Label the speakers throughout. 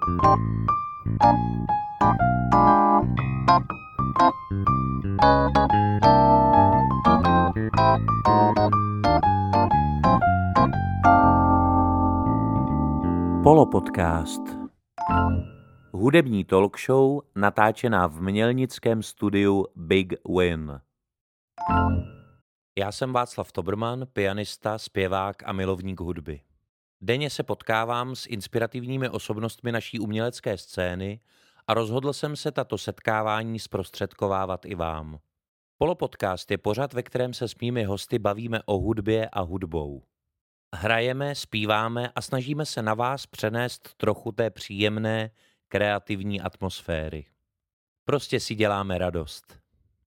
Speaker 1: Polopodcast. Hudební talk show natáčená v mělnickém studiu Big Win. Já jsem Václav Toberman, pianista, zpěvák a milovník hudby. Denně se potkávám s inspirativními osobnostmi naší umělecké scény a rozhodl jsem se tato setkávání zprostředkovávat i vám. Polopodcast je pořad, ve kterém se s mými hosty bavíme o hudbě a hudbou. Hrajeme, zpíváme a snažíme se na vás přenést trochu té příjemné, kreativní atmosféry. Prostě si děláme radost.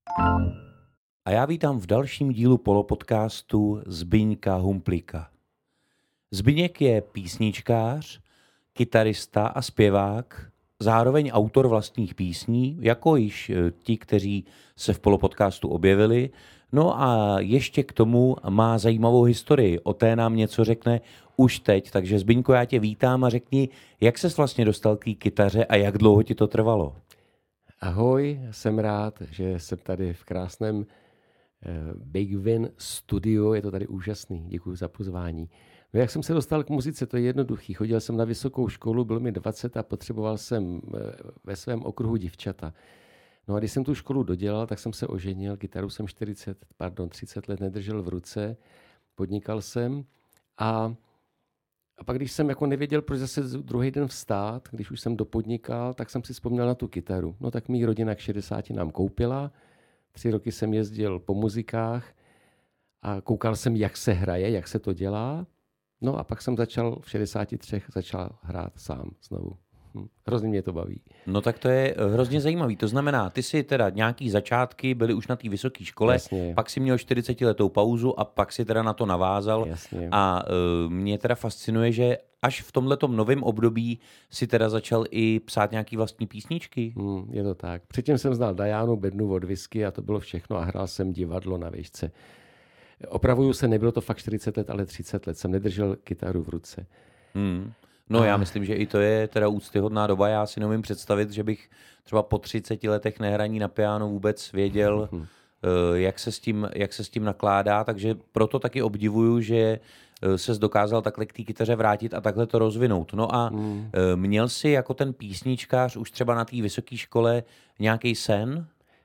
Speaker 1: A já vítám v dalším dílu Polopodcastu Zbyňka Humplíka. Zbyněk je písničkář, kytarista a zpěvák, zároveň autor vlastních písní, jako již ti, kteří se v Polopodcastu objevili. No a ještě k tomu má zajímavou historii. O té nám něco řekne už teď. Takže Zbyňko, já tě vítám a řekni, jak ses vlastně dostal k té kytaře a jak dlouho ti to trvalo?
Speaker 2: Ahoj, jsem rád, že jsem tady v krásném Big Win studiu. Je to tady úžasný. Děkuji za pozvání. No, jak jsem se dostal k muzice, to je jednoduchý. Chodil jsem na vysokou školu, bylo mi 20 a potřeboval jsem ve svém okruhu děvčata. No a když jsem tu školu dodělal, tak jsem se oženil, kytaru jsem 30 let nedržel v ruce, podnikal jsem a pak když jsem jako nevěděl, proč zase druhý den vstát, když už jsem dopodnikal, tak jsem si vzpomněl na tu kytaru. No tak mý rodina k 60 nám koupila, 3 roky jsem jezdil po muzikách a koukal jsem, jak se hraje, jak se to dělá. No a pak jsem v 63 začal hrát sám znovu. Hrozně mě to baví.
Speaker 1: No tak to je hrozně zajímavý. To znamená, ty si teda nějaký začátky byly už na té vysoké škole,
Speaker 2: Jasně.
Speaker 1: Pak si měl 40letou pauzu a pak si teda na to navázal.
Speaker 2: Jasně.
Speaker 1: A mě teda fascinuje, že až v tomhletom novém období si teda začal i psát nějaký vlastní písničky.
Speaker 2: Je to tak. Předtím jsem znal Dianu Bednu od Whisky a to bylo všechno a hrál jsem divadlo na výšce. Opravuju se, nebylo to fakt 40 let, ale 30 let. Jsem nedržel kytaru v ruce.
Speaker 1: No já myslím, že i to je teda úctyhodná doba. Já si neumím představit, že bych třeba po 30 letech nehraní na piano vůbec věděl, jak se s tím nakládá, takže proto taky obdivuju, že ses dokázal takhle k té kytaře vrátit a takhle to rozvinout. No a měl jsi jako ten písničkář už třeba na té vysoké škole nějaký sen?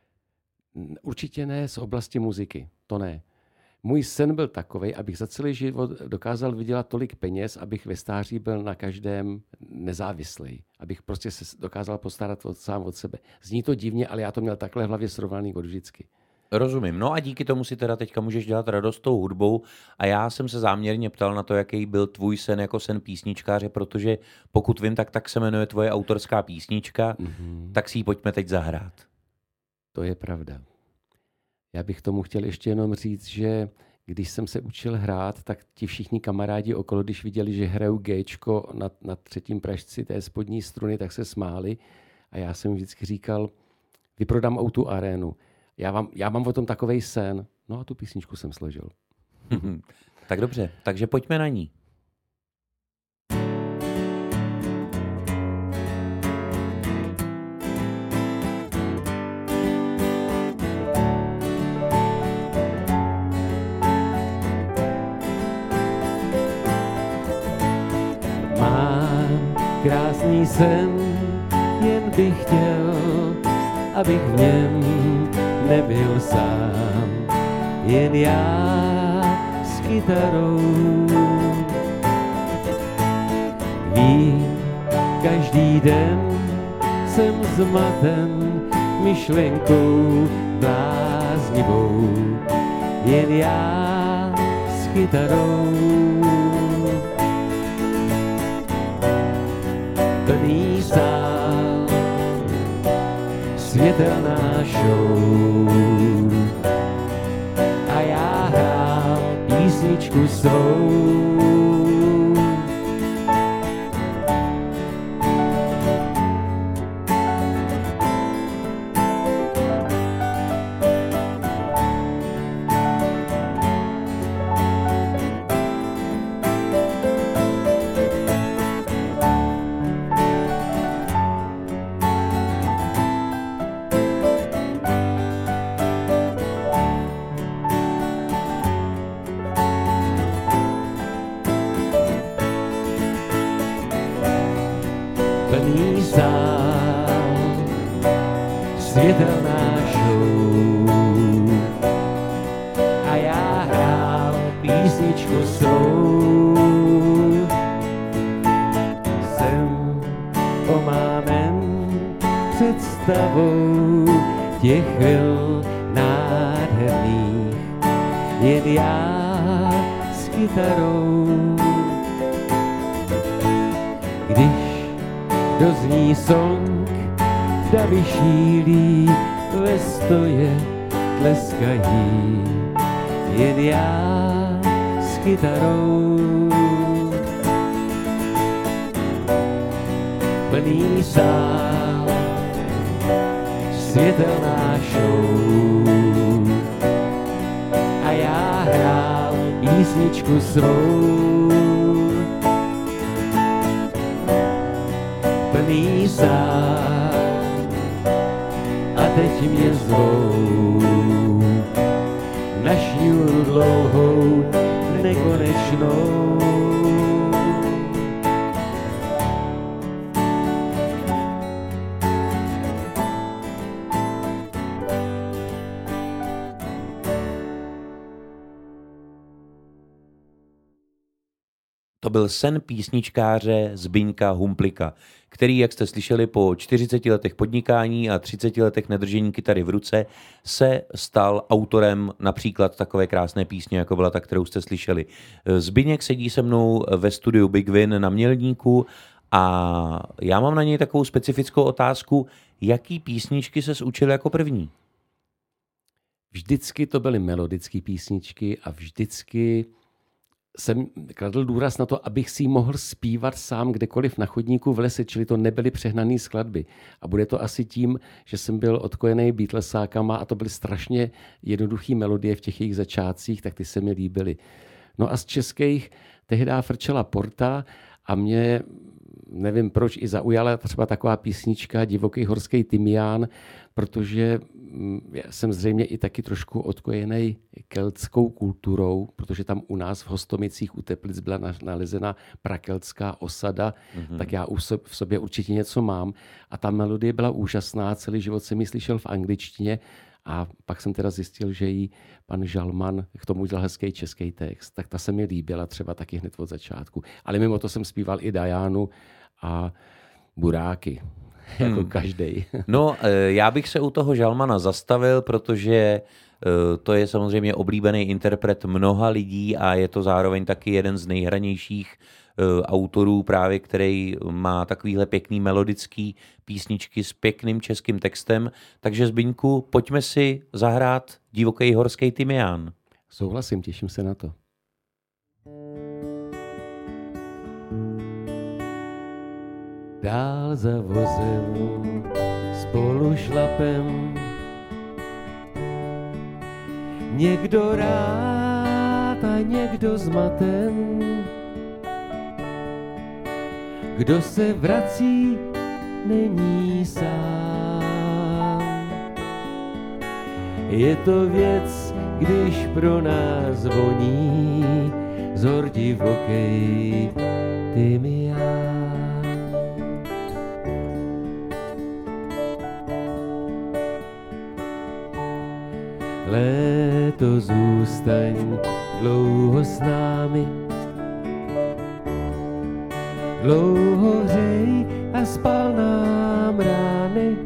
Speaker 2: Určitě ne z oblasti muziky, to ne. Můj sen byl takovej, abych za celý život dokázal vydělat tolik peněz, abych ve stáří byl na každém nezávislý. Abych prostě se dokázal postarat sám od sebe. Zní to divně, ale já to měl takhle v hlavě srovnaný od vždycky.
Speaker 1: Rozumím. No a díky tomu si teda teďka můžeš dělat radost tou hudbou. A já jsem se záměrně ptal na to, jaký byl tvůj sen jako sen písničkáře, protože pokud vím, tak se jmenuje tvoje autorská písnička, tak si ji pojďme teď zahrát.
Speaker 2: To je pravda. Já bych tomu chtěl ještě jenom říct, že když jsem se učil hrát, tak ti všichni kamarádi okolo, když viděli, že hraju Gčko na 3. pražci té spodní struny, tak se smáli. A já jsem vždycky říkal, vyprodám O2 arénu. Já mám o tom takovej sen. No a tu písničku jsem složil.
Speaker 1: Tak dobře, takže pojďme na ní.
Speaker 2: Krásný sen, jen bych chtěl, abych v něm nebyl sám, jen já s kytarou. Vím, každý den jsem zmaten myšlenkou bláznivou, jen já s kytarou. Plný sál, světelná show a já hrám písničku svou. plný sál, světelná show. A já hrál písničku svou. Jsem omámen představou těch chvil nádherných, jen já s kytarou. Když dozní song, davy šílí, ve stoje tleskají, jen já s kytarou. Plný sál, světelná show. A já hrál písničku svou. Plný sál, a teď mě zvou na šňůru dlouhou, nekonečnou.
Speaker 1: To byl sen písničkáře Zbyňka Humplika, který, jak jste slyšeli, po 40 letech podnikání a 30 letech nedržení kytary v ruce se stal autorem například takové krásné písně, jako byla ta, kterou jste slyšeli. Zbyněk sedí se mnou ve studiu Big Win na Mělníku a já mám na něj takovou specifickou otázku, jaký písničky ses učil jako první?
Speaker 2: Vždycky to byly melodické písničky a vždycky jsem kladl důraz na to, abych si ji mohl zpívat sám kdekoliv na chodníku v lese, čili to nebyly přehnané skladby. A bude to asi tím, že jsem byl odkojený Beatlesákama a to byly strašně jednoduché melodie v těch jejich začátcích, tak ty se mi líbily. No a z českých tehdy frčela Porta a mě, nevím proč, i zaujala třeba taková písnička Divoký horský tymián, protože já jsem zřejmě i taky trošku odkojený keltskou kulturou, protože tam u nás v Hostomicích u Teplic byla nalezena prakeltská osada, tak já v sobě určitě něco mám. A ta melodie byla úžasná, celý život jsem ji slyšel v angličtině a pak jsem teda zjistil, že jí pan Žalman k tomu udělal hezký český text. Tak ta se mi líbila třeba taky hned od začátku. Ale mimo to jsem zpíval i Dianu a Buráky. Jako každej.
Speaker 1: No, já bych se u toho Žalmana zastavil, protože to je samozřejmě oblíbený interpret mnoha lidí a je to zároveň taky jeden z nejhranějších autorů právě, který má takovýhle pěkný melodický písničky s pěkným českým textem. Takže Zbyňku, pojďme si zahrát Divoký horský tymián.
Speaker 2: Souhlasím, těším se na to. Dál za vozem spolu šlapem, někdo rád a někdo zmaten. Kdo se vrací, není sám. Je to věc, když pro nás voní zhor divokej tymián. Léto zůstaň dlouho s námi, dlouho hřej a spal nám rány,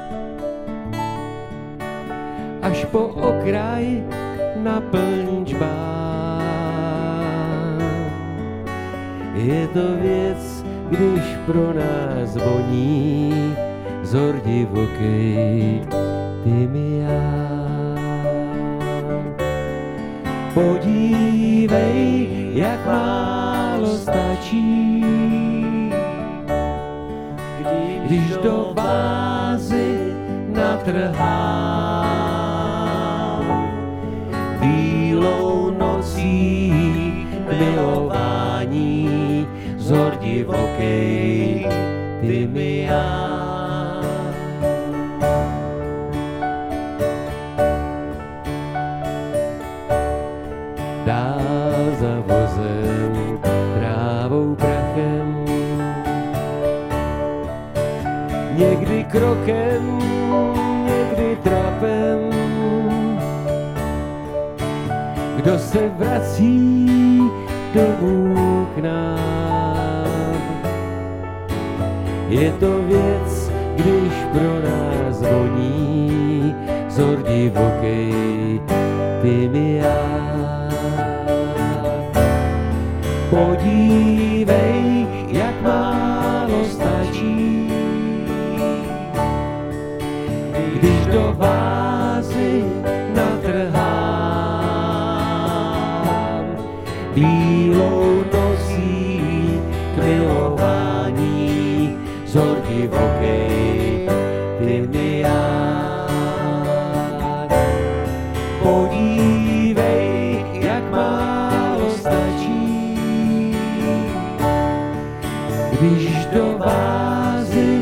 Speaker 2: až po okraj naplň čbán. Je to věc, když pro nás voní zhor divokej tymián. Podívej, jak málo stačí, když do vázy natrhám bílou nocí milování zhor divokej tymián. Dál za vozem trávou prachem, krokem, někdy trapem. Kdo se vrací domů k nám? Je to věc, když pro nás voní zor divokej tymián. Podívej, jak málo stačí, když do vázy natrhám bílou nosí k milování zor divokej tymián. Podívej, jak málo stačí, když do vázy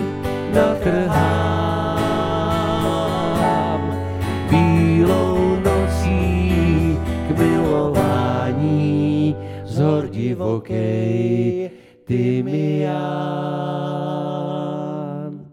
Speaker 2: natrhám bílou nocí k milování zor divokej tymián.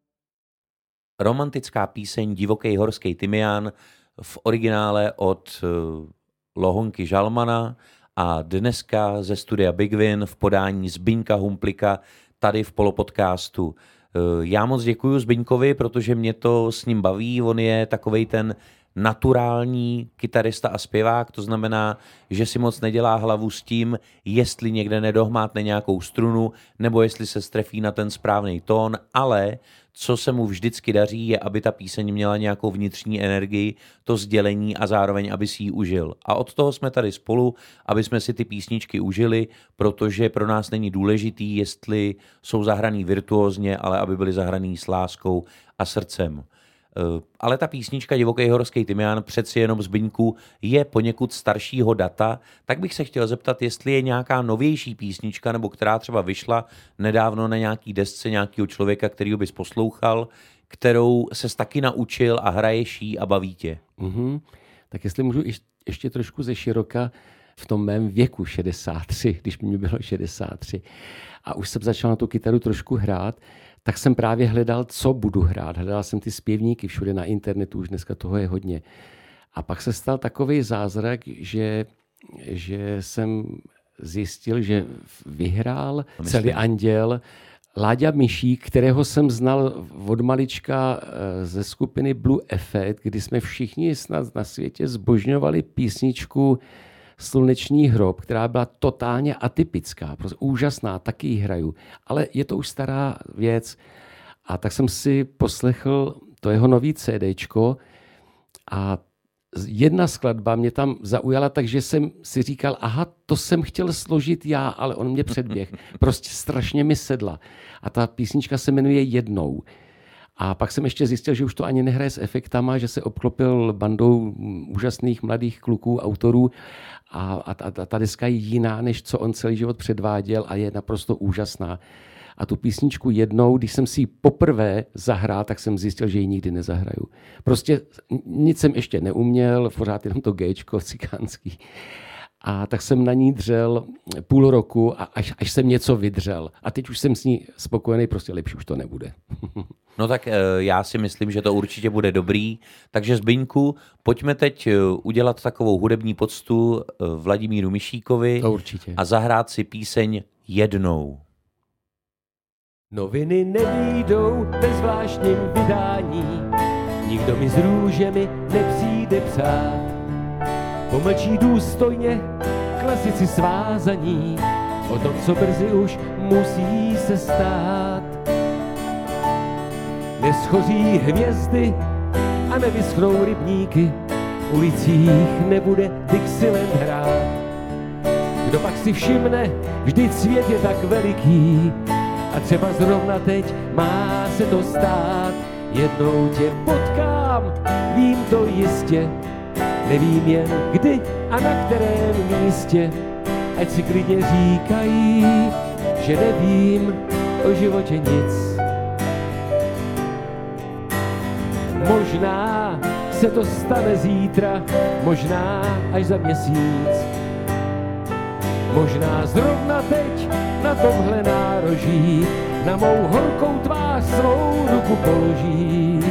Speaker 1: Romantická píseň Divokej horský tymián v originále od Lohonky Žalmana a dneska ze studia Big Win v podání Zbyňka Humplika tady v Polopodcastu. Já moc děkuju Zbyňkovi, protože mě to s ním baví, on je takovej ten naturální kytarista a zpěvák, to znamená, že si moc nedělá hlavu s tím, jestli někde nedohmátne nějakou strunu, nebo jestli se strefí na ten správný tón, ale co se mu vždycky daří, je, aby ta píseň měla nějakou vnitřní energii, to sdělení a zároveň, aby si ji užil. A od toho jsme tady spolu, aby jsme si ty písničky užili, protože pro nás není důležitý, jestli jsou zahraný virtuózně, ale aby byly zahraný s láskou a srdcem. Ale ta písnička Divokej horský tymián přeci jenom Zbyňku je poněkud staršího data, tak bych se chtěl zeptat, jestli je nějaká novější písnička, nebo která třeba vyšla nedávno na nějaký desce nějakého člověka, kterýho bys poslouchal, kterou ses taky naučil a hraješ jí a baví tě.
Speaker 2: Tak jestli můžu ještě trošku ze široka, v tom mém věku 63, když mi bylo 63 a už jsem začal na tu kytaru trošku hrát, tak jsem právě hledal, co budu hrát. Hledal jsem ty zpěvníky všude na internetu, už dneska toho je hodně. A pak se stal takový zázrak, že jsem zjistil, že vyhrál Celý anděl Láďa Mišík, kterého jsem znal od malička ze skupiny Blue Effect, kdy jsme všichni snad na světě zbožňovali písničku Sluneční hrob, která byla totálně atypická, prostě úžasná, taky ji hraju, ale je to už stará věc. A tak jsem si poslechl to jeho nový CDčko a jedna skladba mě tam zaujala, takže jsem si říkal, aha, to jsem chtěl složit já, ale on mě předběh. Prostě strašně mi sedla. A ta písnička se jmenuje Jednou. A pak jsem ještě zjistil, že už to ani nehraje s efektama, že se obklopil bandou úžasných mladých kluků, autorů a ta deska je jiná, než co on celý život předváděl a je naprosto úžasná. A tu písničku Jednou, když jsem si ji poprvé zahrál, tak jsem zjistil, že ji nikdy nezahraju. Prostě nic jsem ještě neuměl, pořád jenom to Gčko cikánský. A tak jsem na ní dřel půl roku a až jsem něco vydřel. A teď už jsem s ní spokojený, prostě lepší už to nebude.
Speaker 1: No tak já si myslím, že to určitě bude dobrý. Takže Zbyňku, pojďme teď udělat takovou hudební poctu Vladimíru Mišíkovi a zahrát si píseň Jednou.
Speaker 2: Noviny nevyjdou ve zvláštním vydání, nikdo mi s růžemi nepřijde psát. Pomlčí důstojně klasici svázaní o tom, co brzy už musí se stát. Neschoří hvězdy a nevyschnou rybníky, v ulicích nebude Dixieland hrát. Kdo pak si všimne, vždyť svět je tak veliký a třeba zrovna teď má se to stát. Jednou tě potkám, vím to jistě, nevím jen kdy a na kterém místě, ať si klidně říkají, že nevím o životě nic. Možná se to stane zítra, možná až za měsíc. Možná zrovna teď na tomhle nároží, na mou horkou tvář svou ruku položíš.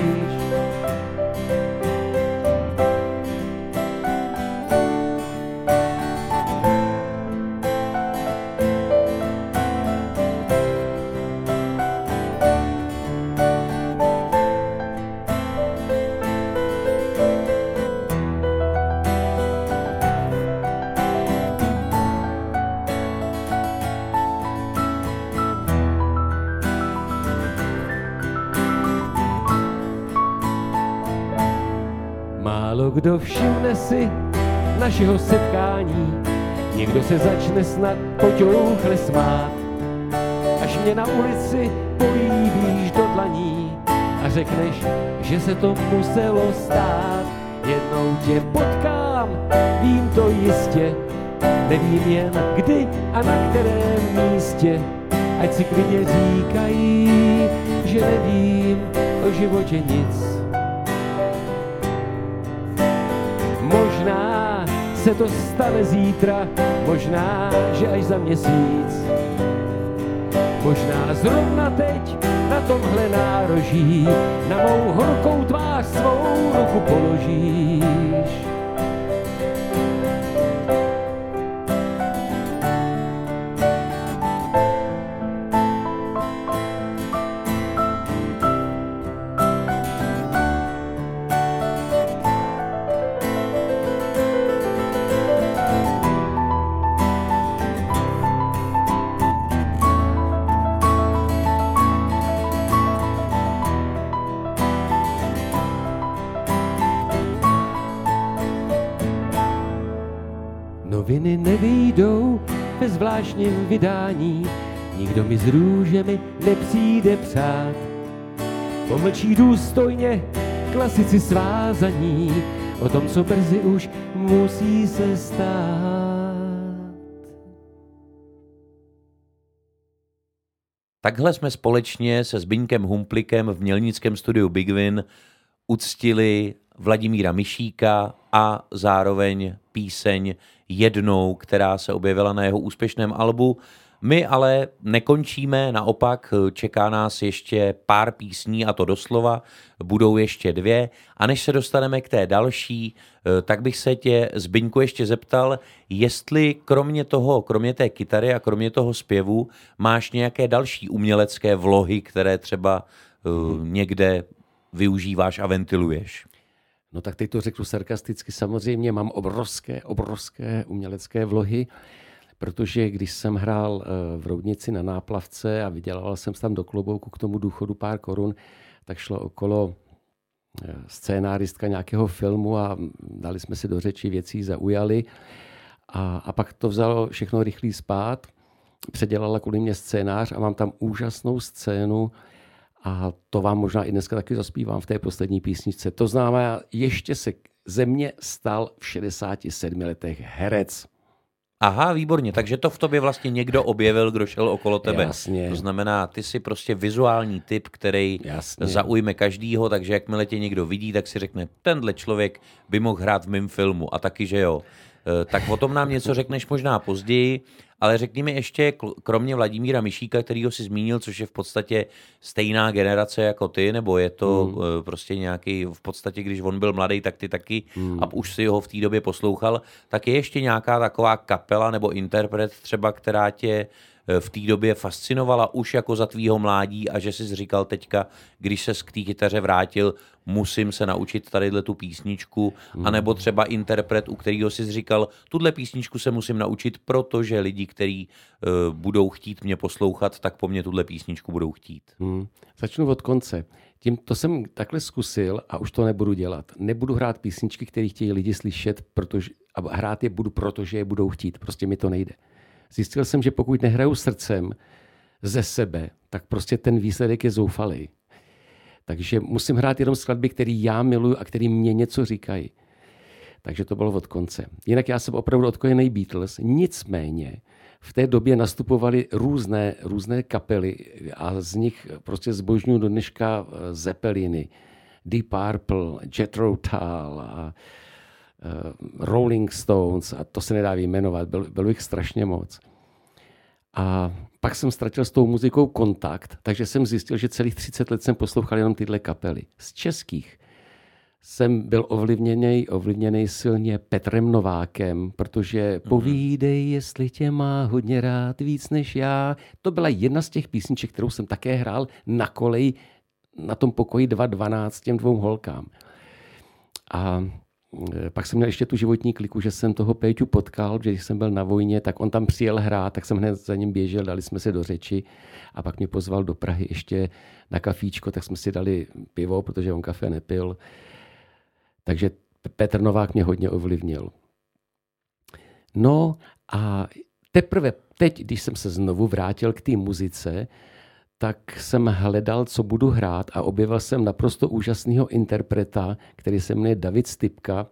Speaker 2: Málo kdo všimne si našeho setkání, někdo se začne snad poťouchle smát. Až mě na ulici políbíš do dlaní a řekneš, že se to muselo stát. Jednou tě potkám, vím to jistě, nevím jen kdy a na kterém místě. Ať si klidně říkají, že nevím o životě nic. Možná se to stane zítra, možná, že až za měsíc. Možná zrovna teď na tomhle nároží, na mou horkou tvář svou ruku položíš. Noviny nevyjdou ve zvláštním vydání, nikdo mi s růžemi nepřijde přát. Pomlčí důstojně klasici svázaní o tom, co brzy už musí se stát.
Speaker 1: Takhle jsme společně se Zbyňkem Humplikem v mělnickém studiu Big Win uctili Vladimíra Mišíka a zároveň píseň Jednou, která se objevila na jeho úspěšném albu. My ale nekončíme, naopak čeká nás ještě pár písní, a to doslova, budou ještě 2. A než se dostaneme k té další, tak bych se tě, Zbyňku, ještě zeptal, jestli kromě té kytary a kromě toho zpěvu máš nějaké další umělecké vlohy, které třeba někde využíváš a ventiluješ.
Speaker 2: No tak teď to řeknu sarkasticky, samozřejmě mám obrovské umělecké vlohy, protože když jsem hrál v Roudnici na Náplavce a vydělával jsem tam do klobouku k tomu důchodu pár korun, tak šlo okolo scénáristka nějakého filmu a dali jsme si do řeči, věcí zaujali a pak to vzalo všechno rychlý spát, předělala kvůli mě scénář a mám tam úžasnou scénu. A to vám možná i dneska taky zaspívám v té poslední písničce. To znamená, ještě se ze mě stal v 67 letech herec.
Speaker 1: Aha, výborně, takže to v tobě vlastně někdo objevil, kdo šel okolo tebe.
Speaker 2: Jasně.
Speaker 1: To znamená, ty jsi prostě vizuální typ, který zaujme každýho, takže jakmile tě někdo vidí, tak si řekne, tenhle člověk by mohl hrát v mém filmu a taky, že jo. Tak o tom nám něco řekneš možná později, ale řekni mi ještě, kromě Vladimíra Mišíka, kterýho jsi zmínil, což je v podstatě stejná generace jako ty, nebo je to prostě nějaký, v podstatě, když on byl mladý, tak ty taky a už si ho v té době poslouchal, tak je ještě nějaká taková kapela nebo interpret třeba, která tě v té době fascinovala už jako za tvýho mládí a že jsi říkal teďka, když ses k té kytaře vrátil, musím se naučit tadyhle tu písničku, anebo třeba interpret, u kterého jsi říkal, tuhle písničku se musím naučit, protože lidi, kteří budou chtít mě poslouchat, tak po mně tuhle písničku budou chtít.
Speaker 2: Začnu od konce. To jsem takhle zkusil a už to nebudu dělat. Nebudu hrát písničky, které chtějí lidi slyšet, a hrát je budu, protože je budou chtít. Prostě mi to nejde. Zjistil jsem, že pokud nehraju srdcem ze sebe, tak prostě ten výsledek je zoufalý. Takže musím hrát jenom skladby, které já miluju a které mě něco říkají. Takže to bylo od konce. Jinak já jsem opravdu odkojený Beatles, nicméně v té době nastupovaly různé kapely a z nich prostě zbožňuji do dneška Zeppeliny, Deep Purple, Jethro Tull a Rolling Stones a to se nedá vyjmenovat, bylo jich strašně moc. A pak jsem ztratil s tou muzikou kontakt, takže jsem zjistil, že celých 30 let jsem poslouchal jenom tyhle kapely. Z českých jsem byl ovlivněný silně Petrem Novákem, protože Povídej, jestli tě má hodně rád víc než já. To byla jedna z těch písniček, kterou jsem také hrál na koleji na tom pokoji 212 těm 2 holkám. A pak jsem měl ještě tu životní kliku, že jsem toho Péťu potkal, že když jsem byl na vojně, tak on tam přijel hrát, tak jsem hned za ním běžel, dali jsme se do řeči a pak mě pozval do Prahy ještě na kafíčko, tak jsme si dali pivo, protože on kafe nepil. Takže Petr Novák mě hodně ovlivnil. No a teprve teď, když jsem se znovu vrátil k té muzice, tak jsem hledal, co budu hrát a objevil jsem naprosto úžasného interpreta, který se jmenuje David Stypka.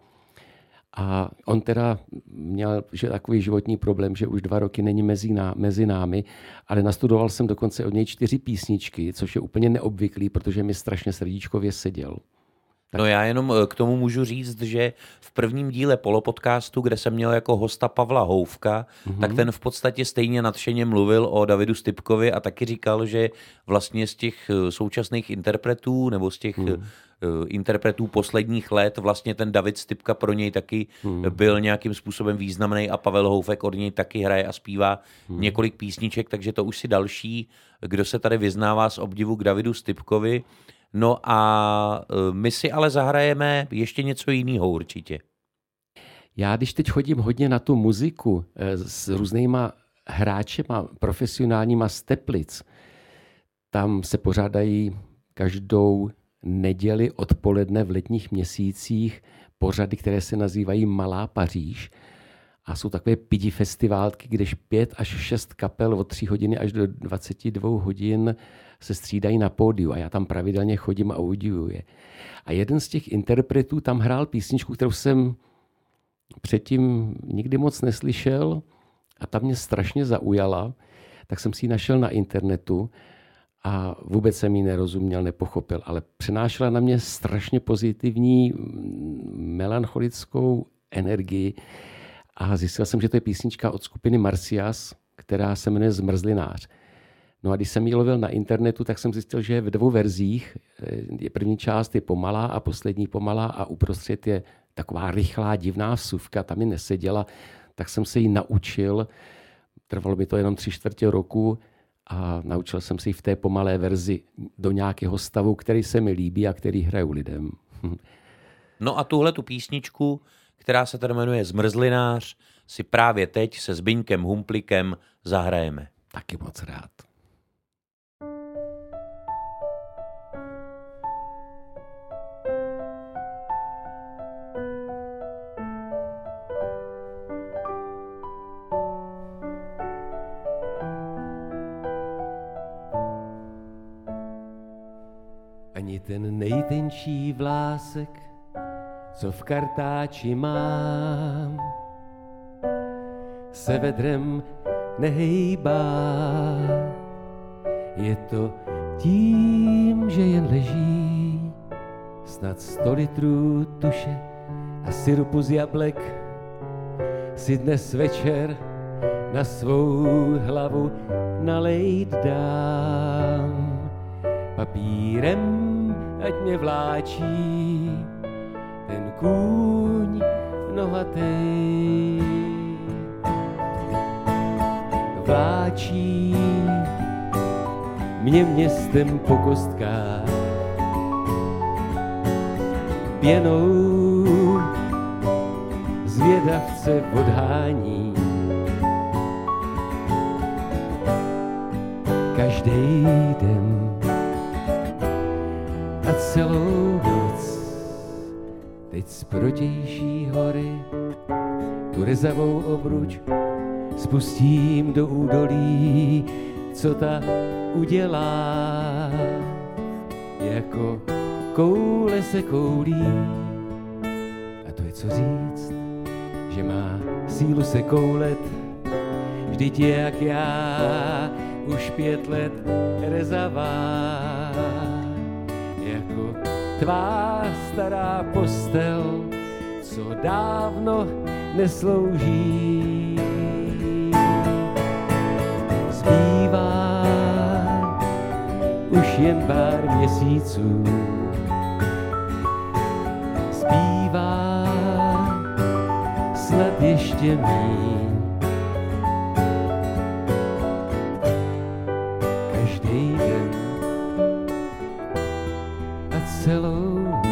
Speaker 2: A on teda měl takový životní problém, že už 2 roky není mezi námi, ale nastudoval jsem dokonce od něj 4 písničky, což je úplně neobvyklý, protože mi strašně srdíčkově seděl.
Speaker 1: No já jenom k tomu můžu říct, že v prvním díle Polopodcastu, kde jsem měl jako hosta Pavla Houfka, tak ten v podstatě stejně nadšeně mluvil o Davidu Stypkovi a taky říkal, že vlastně z těch současných interpretů nebo z těch interpretů posledních let vlastně ten David Stypka pro něj taky byl nějakým způsobem významný a Pavel Houfek od něj taky hraje a zpívá několik písniček, takže to už si další, kdo se tady vyznává z obdivu k Davidu Stypkovi. No a my si ale zahrajeme ještě něco jiného určitě.
Speaker 2: Já když teď chodím hodně na tu muziku s různýma hráčema profesionálníma z Teplic, tam se pořádají každou neděli odpoledne v letních měsících pořady, které se nazývají Malá Paříž. A jsou takové pidi festiválky, kdež 5 až 6 kapel od 3 hodiny až do 22 hodin se střídají na pódiu a já tam pravidelně chodím a udivuju je. A jeden z těch interpretů tam hrál písničku, kterou jsem předtím nikdy moc neslyšel a ta mě strašně zaujala, tak jsem si ji našel na internetu a vůbec jsem ji nerozuměl, nepochopil, ale přenášela na mě strašně pozitivní melancholickou energii a zjistil jsem, že to je písnička od skupiny Marcias, která se jmenuje Zmrzlinář. No a když jsem ji lovil na internetu, tak jsem zjistil, že je v 2 verzích. První část je pomalá a poslední pomalá a uprostřed je taková rychlá, divná vsuvka, ta mi neseděla, tak jsem se ji naučil. Trvalo mi to jenom 3/4 roku a naučil jsem se ji v té pomalé verzi do nějakého stavu, který se mi líbí a který hraju lidem.
Speaker 1: No a tuhle tu písničku, která se tady jmenuje Zmrzlinář, si právě teď se Zbyňkem Humplikem zahrajeme.
Speaker 2: Taky moc rád. Ani ten nejtenčí vlásek, co v kartáči mám, se vedrem nehejbá. Je to tím, že jen leží snad 100 litrů tuše a sirupu z jablek si dnes večer na svou hlavu nalejt dám. Papírem ať mě vláčí ten kůň nohatej. Vláčí mě městem po kostkách, pěnou zvědavce odhání. Každý den a celou noc teď z protější hory tu rezavou obruč spustím do údolí, co ta udělá. Jako koule se koulí a to je co říct, že má sílu se koulet. Vždyť je jak já, už 5 let rezavá. Jako tvá stará postel, co dávno neslouží. už jen pár měsíců. Zbývá snad ještě míň. Každý den a celou noc.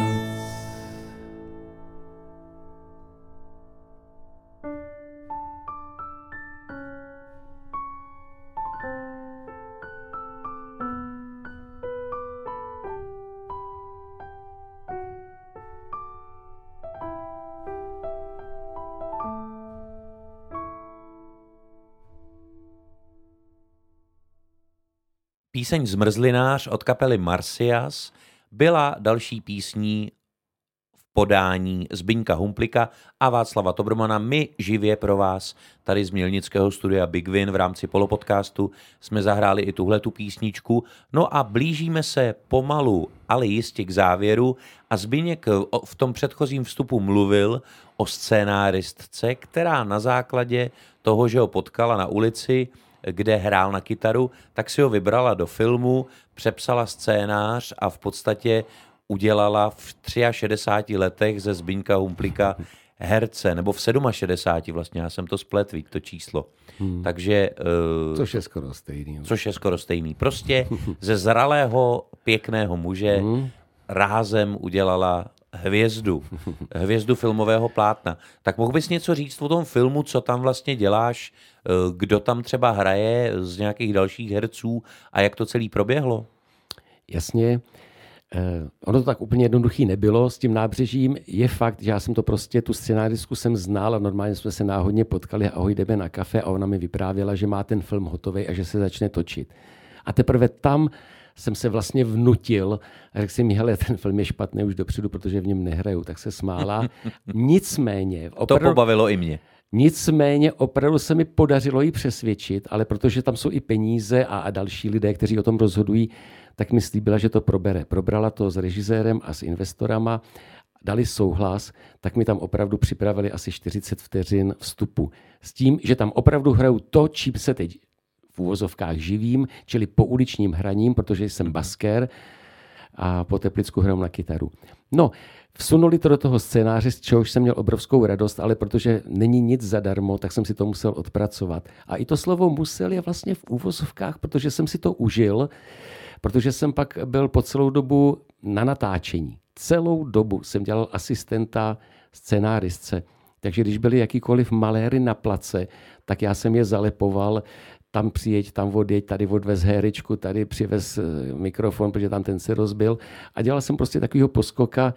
Speaker 1: Píseň Zmrzlinář od kapely Marsyas byla další písní v podání Zbyňka Humplika a Václava Tobrmana. My živě pro vás tady z mělnického studia Big Win v rámci polopodcastu jsme zahráli i tuhletu písničku. No a blížíme se pomalu, ale jistě k závěru a Zbyněk v tom předchozím vstupu mluvil o scénáristce, která na základě toho, že ho potkala na ulici, kde hrál na kytaru, tak si ho vybrala do filmu, přepsala scénář a v podstatě udělala v 63 letech ze Zbyňka Humplika herce, nebo v 67 vlastně, já jsem to splet, víc to číslo. Takže...
Speaker 2: Což je skoro stejný.
Speaker 1: Což je skoro stejný. Prostě ze zralého, pěkného muže rázem udělala hvězdu filmového plátna. Tak mohl bys něco říct o tom filmu, co tam vlastně děláš, kdo tam třeba hraje z nějakých dalších herců a jak to celý proběhlo?
Speaker 2: Jasně. Ono to tak úplně jednoduchý nebylo s tím Nábřežím. Je fakt, že já jsem to prostě, tu scénáristku jsem znal a normálně jsme se náhodně potkali a ahoj, jdeme na kafe a ona mi vyprávěla, že má ten film hotový a že se začne točit. A teprve tam jsem se vlastně vnutil a řekl si mi, hele, ten film je špatný už dopředu, protože v něm nehraju, tak se smála. Nicméně...
Speaker 1: Opravdu, to pobavilo i mě.
Speaker 2: Nicméně opravdu se mi podařilo ji přesvědčit, ale protože tam jsou i peníze a další lidé, kteří o tom rozhodují, tak mi slíbila, že to probere. Probrala to s režisérem a s investorama, dali souhlas, tak mi tam opravdu připravili asi 40 vteřin vstupu. S tím, že tam opravdu hraju to, čím se teď v úvozovkách živím, čili pouličním hraním, protože jsem basker a po Teplicku hraju na kytaru. No, vsunuli to do toho scénáře, z čehož jsem měl obrovskou radost, ale protože není nic zadarmo, tak jsem si to musel odpracovat. A i to slovo musel je vlastně v úvozovkách, protože jsem si to užil, protože jsem pak byl po celou dobu na natáčení. Celou dobu jsem dělal asistenta scénáristce. Takže když byly jakýkoliv maléry na place, tak já jsem je zalepoval, tam přijeď, tam odjeď, tady odvez héričku, tady přivez mikrofon, protože tam ten se rozbil. A dělal jsem prostě takovýho poskoka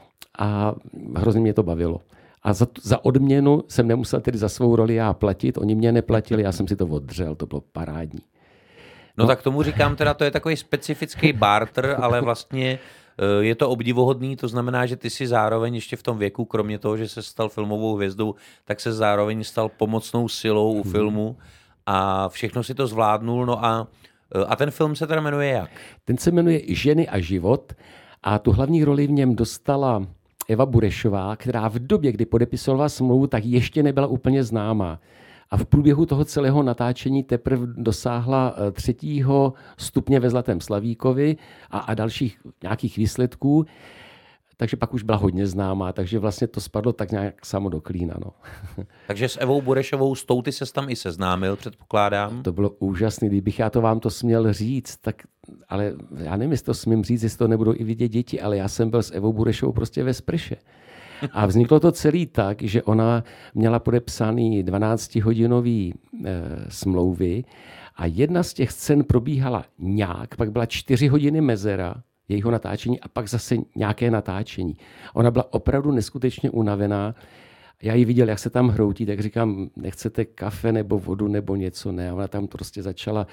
Speaker 2: a hrozně mě to bavilo. A za odměnu jsem nemusel tedy za svou roli já platit, oni mě neplatili, já jsem si to oddřel, to bylo parádní.
Speaker 1: No tak tomu říkám teda, to je takový specifický barter, ale vlastně je to obdivuhodný, to znamená, že ty si zároveň ještě v tom věku, kromě toho, že se stal filmovou hvězdou, tak se zároveň stal pomocnou silou u filmu a všechno si to zvládnul. No a ten film se teda jmenuje jak?
Speaker 2: Ten se jmenuje Ženy a život a tu hlavní roli v něm dostala Eva Burešová, která v době, kdy podepisovala smlouvu, tak ještě nebyla úplně známá. A v průběhu toho celého natáčení teprve dosáhla 3. stupně ve Zlatém Slavíkovi a dalších nějakých výsledků. Takže pak už byla hodně známá, takže vlastně to spadlo tak nějak samo do klína. No.
Speaker 1: Takže s Evou Burešovou, s tou ty ses tam i seznámil, předpokládám?
Speaker 2: To bylo úžasné, kdybych já to vám to směl říct, tak, ale já nevím, jestli to smím říct, jestli to nebudou i vidět děti, ale já jsem byl s Evou Burešovou prostě ve sprše. A vzniklo to celý tak, že ona měla podepsaný 12-hodinový smlouvy a jedna z těch scén probíhala nějak, pak byla 4 hodiny mezera jejího natáčení a pak zase nějaké natáčení. Ona byla opravdu neskutečně unavená. Já ji viděl, jak se tam hroutí, tak říkám, nechcete kafe nebo vodu nebo něco, ne. A ona tam prostě začala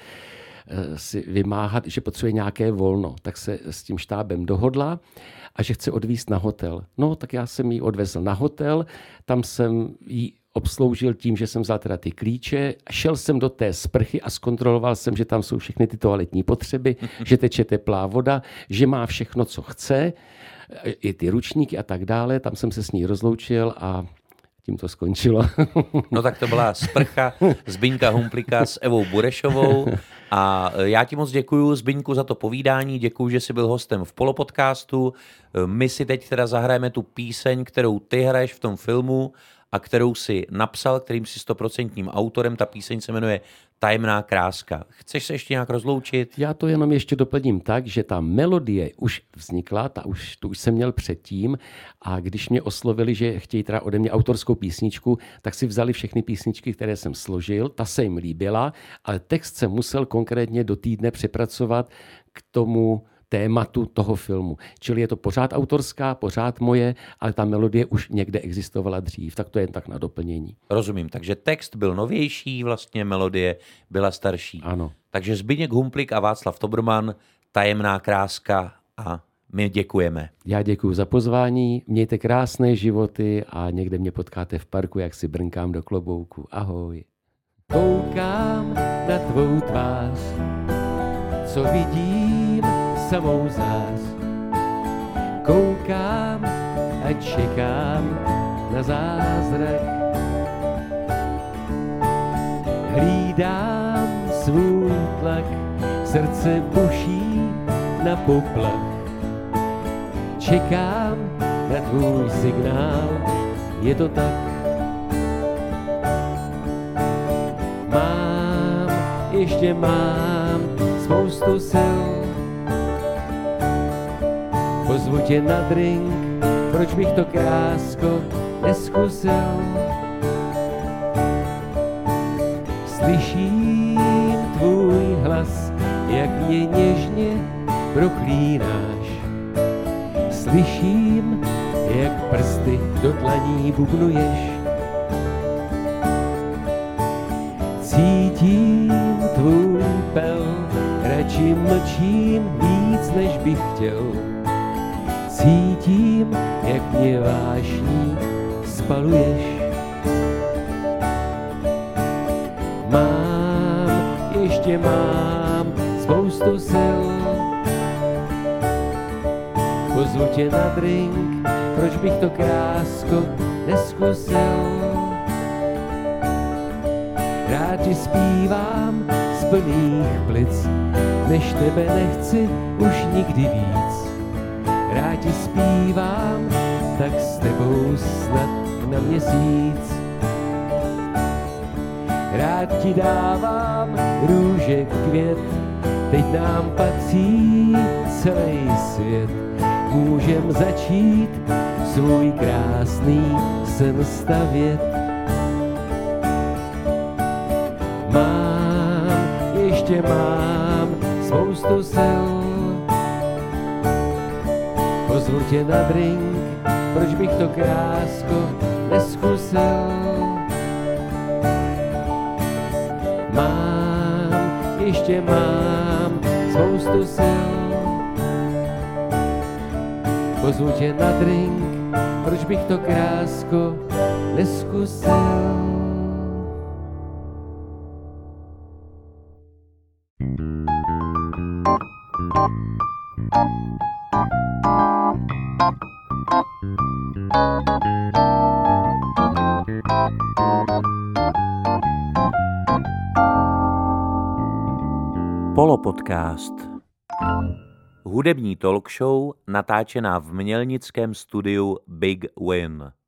Speaker 2: si vymáhat, že potřebuje nějaké volno. Tak se s tím štábem dohodla a že chce odvízt na hotel. No, tak já jsem ji odvezl na hotel, tam jsem ji obsloužil tím, že jsem vzal teda ty klíče, šel jsem do té sprchy a zkontroloval jsem, že tam jsou všechny ty toaletní potřeby, že teče teplá voda, že má všechno, co chce, i ty ručníky a tak dále. Tam jsem se s ní rozloučil a tím to skončilo.
Speaker 1: No tak to byla sprcha Zbyňka Humplíka s Evou Burešovou a já ti moc děkuju, Zbyňku, za to povídání, děkuju, že jsi byl hostem v Polopodcastu. My si teď teda zahrajeme tu píseň, kterou ty hraješ v tom filmu a kterou si napsal, kterým jsi 100% autorem. Ta píseň se jmenuje Tajemná kráska. Chceš se ještě nějak rozloučit?
Speaker 2: Já to jenom ještě doplním tak, že ta melodie už vznikla, tu už jsem měl předtím a když mě oslovili, že chtějí teda ode mě autorskou písničku, tak si vzali všechny písničky, které jsem složil, ta se jim líbila, ale text jsem musel konkrétně do týdne přepracovat k tomu tématu toho filmu. Čili je to pořád autorská, pořád moje, ale ta melodie už někde existovala dřív, tak to je jen tak na doplnění.
Speaker 1: Rozumím, takže text byl novější, vlastně melodie byla starší.
Speaker 2: Ano.
Speaker 1: Takže Zbyněk Humplík a Václav Tobrman, Tajemná kráska a my děkujeme.
Speaker 2: Já děkuji za pozvání, mějte krásné životy a někde mě potkáte v parku, jak si brnkám do klobouku. Ahoj. Koukám na tvou tvář, co vidím samou zás. Koukám a čekám na zázrak. Hlídám svůj tlak, srdce buší na poplach. Čekám na tvůj signál, je to tak. Ještě mám spoustu sil. Pozvu tě na drink, proč bych to, krásko, neskusil. Slyším tvůj hlas, jak mě něžně proklínáš. Slyším, jak prsty do dlaní bubnuješ. Cítím tvůj pel, radši mlčím víc, než bych chtěl. Cítím, jak mě vášní spaluješ. Ještě mám spoustu sil. Pozvu tě na drink, proč bych to, krásko, neskusil. Rád ti zpívám z plných plic, než tebe nechci už nikdy víc. Rád ti zpívám, tak s tebou snad na měsíc. Rád ti dávám růže, květ, teď nám patří celý svět. Můžem začít svůj krásný sen stavět. Ještě mám spoustu sil. Pozvu tě na drink, proč bych to, krásko, neskusil. Ještě mám spoustu sil. Pozvu tě na drink, proč bych to, krásko, neskusil.
Speaker 1: Polopodcast. Hudební talk show natáčená v mělnickém studiu Big Win.